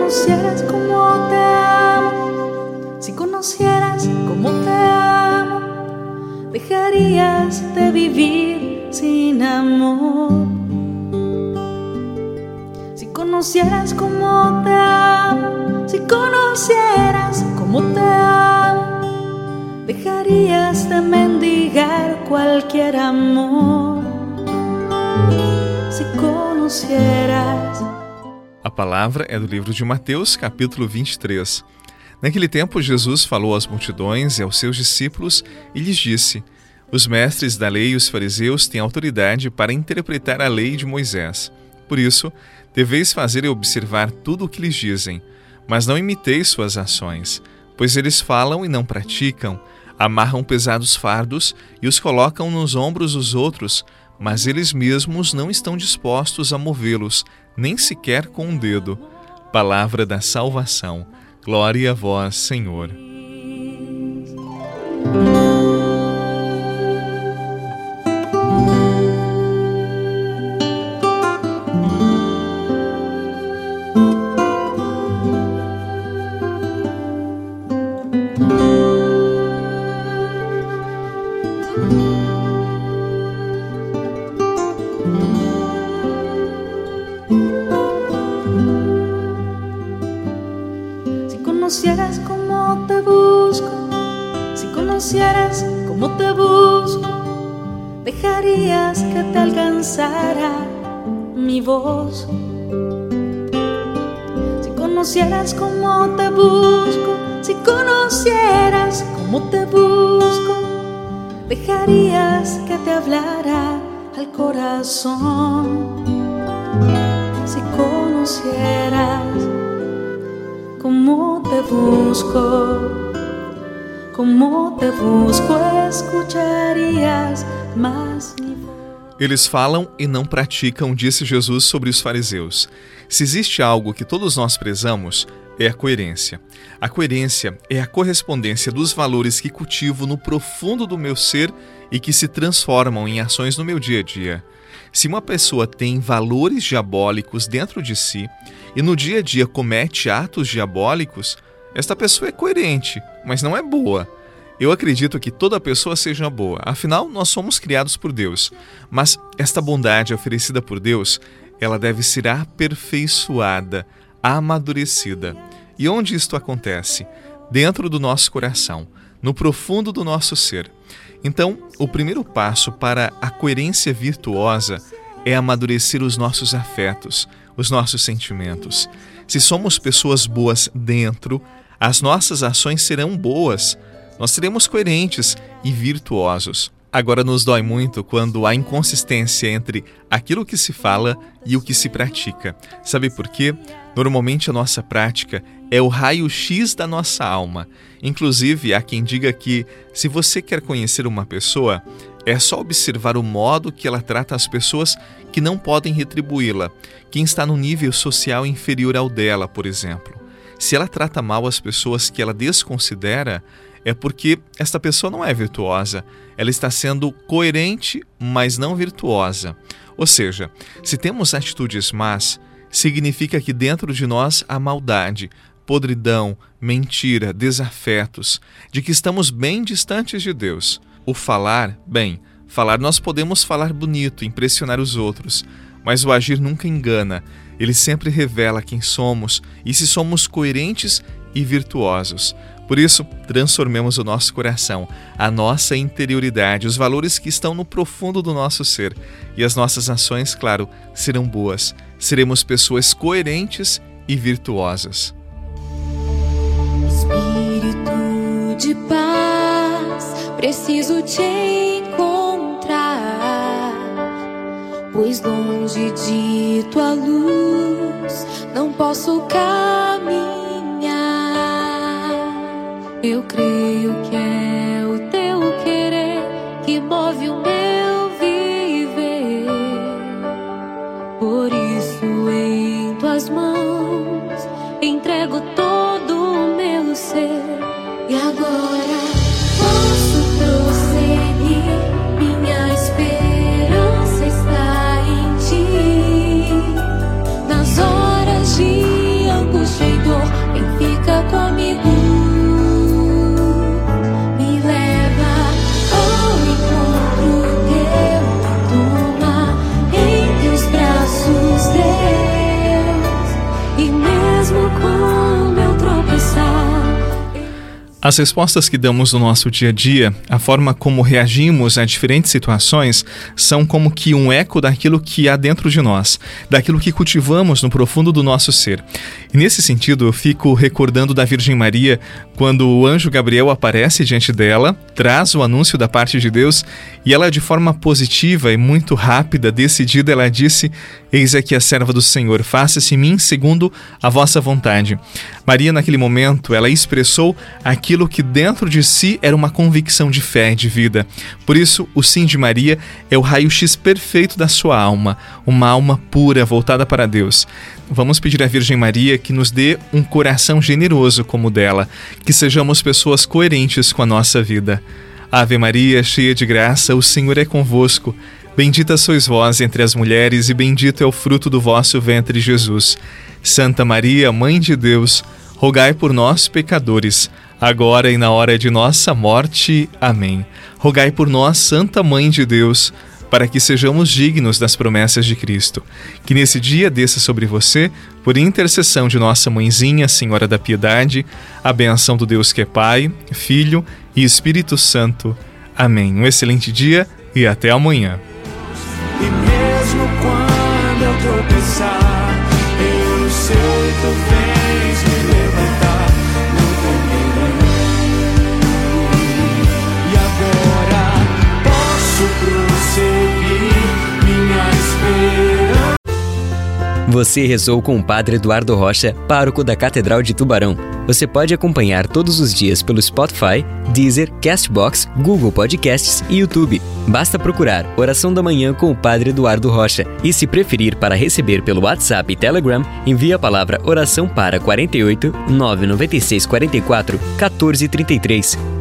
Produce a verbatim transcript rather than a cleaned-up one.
conocieras como te amo, si conocieras como te amo, dejarías de vivir sin amor. Si conocieras como te amo, si conocieras como te amo, dejarías de mendigar cualquier amor. Si conocieras. A palavra é do livro de Mateus, capítulo vinte e três. Naquele tempo, Jesus falou às multidões e aos seus discípulos e lhes disse: os mestres da lei e os fariseus têm autoridade para interpretar a lei de Moisés. Por isso, deveis fazer e observar tudo o que lhes dizem, mas não imiteis suas ações, pois eles falam e não praticam, amarram pesados fardos e os colocam nos ombros dos outros, mas eles mesmos não estão dispostos a movê-los, nem sequer com um dedo. Palavra da salvação. Glória a vós, Senhor. Si conocieras como te busco, si conocieras como te busco, dejarías que te alcanzara mi voz. Si conocieras como te busco, si conocieras como te busco, dejarías que te hablara al corazón. Si conocieras como te busco, como te busco, escucharías más mi voz. Eles falam e não praticam, disse Jesus sobre os fariseus. Se existe algo que todos nós prezamos, é a coerência. A coerência é a correspondência dos valores que cultivo no profundo do meu ser e que se transformam em ações no meu dia a dia. Se uma pessoa tem valores diabólicos dentro de si e no dia a dia comete atos diabólicos, esta pessoa é coerente, mas não é boa. Eu acredito que toda pessoa seja boa, afinal nós somos criados por Deus, mas esta bondade oferecida por Deus, ela deve ser aperfeiçoada, amadurecida. E onde isto acontece? Dentro do nosso coração, no profundo do nosso ser. Então, o primeiro passo para a coerência virtuosa é amadurecer os nossos afetos, os nossos sentimentos. Se somos pessoas boas dentro, as nossas ações serão boas. Nós seremos coerentes e virtuosos. Agora nos dói muito quando há inconsistência entre aquilo que se fala e o que se pratica. Sabe por quê? Normalmente a nossa prática é o raio-x da nossa alma. Inclusive, há quem diga que, se você quer conhecer uma pessoa, é só observar o modo que ela trata as pessoas que não podem retribuí-la, quem está no nível social inferior ao dela, por exemplo. Se ela trata mal as pessoas que ela desconsidera, é porque esta pessoa não é virtuosa. Ela está sendo coerente, mas não virtuosa. Ou seja, se temos atitudes más, significa que dentro de nós há maldade, podridão, mentira, desafetos, de que estamos bem distantes de Deus. O falar, bem, falar nós podemos falar bonito, impressionar os outros, mas o agir nunca engana. Ele sempre revela quem somos e se somos coerentes e virtuosos. Por isso, transformemos o nosso coração, a nossa interioridade, os valores que estão no profundo do nosso ser. E as nossas ações, claro, serão boas. Seremos pessoas coerentes e virtuosas. Espírito de paz, preciso te encontrar, pois longe de tua luz não posso caminhar. Eu creio que é o teu querer que move o meu viver. Por isso em tuas mãos entrego todo o meu ser. E agora posso prosseguir, minha esperança está em ti. Nas horas de angústia e As respostas que damos no nosso dia a dia, a forma como reagimos a diferentes situações, são como que um eco daquilo que há dentro de nós, daquilo que cultivamos no profundo do nosso ser. E nesse sentido, eu fico recordando da Virgem Maria, quando o anjo Gabriel aparece diante dela, traz o anúncio da parte de Deus, e ela, de forma positiva e muito rápida, decidida, ela disse: eis aqui a serva do Senhor, faça-se em mim segundo a vossa vontade. Maria, naquele momento, ela expressou aquilo que dentro de si era uma convicção de fé, de vida. Por isso, o sim de Maria é o raio-x perfeito da sua alma, uma alma pura, voltada para Deus. Vamos pedir à Virgem Maria que nos dê um coração generoso como o dela, que sejamos pessoas coerentes com a nossa vida. Ave Maria, cheia de graça, o Senhor é convosco. Bendita sois vós entre as mulheres e bendito é o fruto do vosso ventre, Jesus. Santa Maria, Mãe de Deus, rogai por nós, pecadores, agora e na hora de nossa morte. Amém. Rogai por nós, Santa Mãe de Deus, para que sejamos dignos das promessas de Cristo. Que nesse dia desça sobre você, por intercessão de nossa Mãezinha, Senhora da Piedade, a benção do Deus que é Pai, Filho e Espírito Santo. Amém. Um excelente dia e até amanhã. E mesmo quando eu tropeçar, eu sei que tu vens me levantar, não temerei. E agora posso prosseguir minha esperança. Você rezou com o Padre Eduardo Rocha, pároco da Catedral de Tubarão. Você pode acompanhar todos os dias pelo Spotify, Deezer, Castbox, Google Podcasts e YouTube. Basta procurar Oração da Manhã com o Padre Eduardo Rocha. E se preferir para receber pelo WhatsApp e Telegram, envie a palavra oração para quarenta e oito, nove nove seis, quarenta e quatro, quatorze, trinta e três.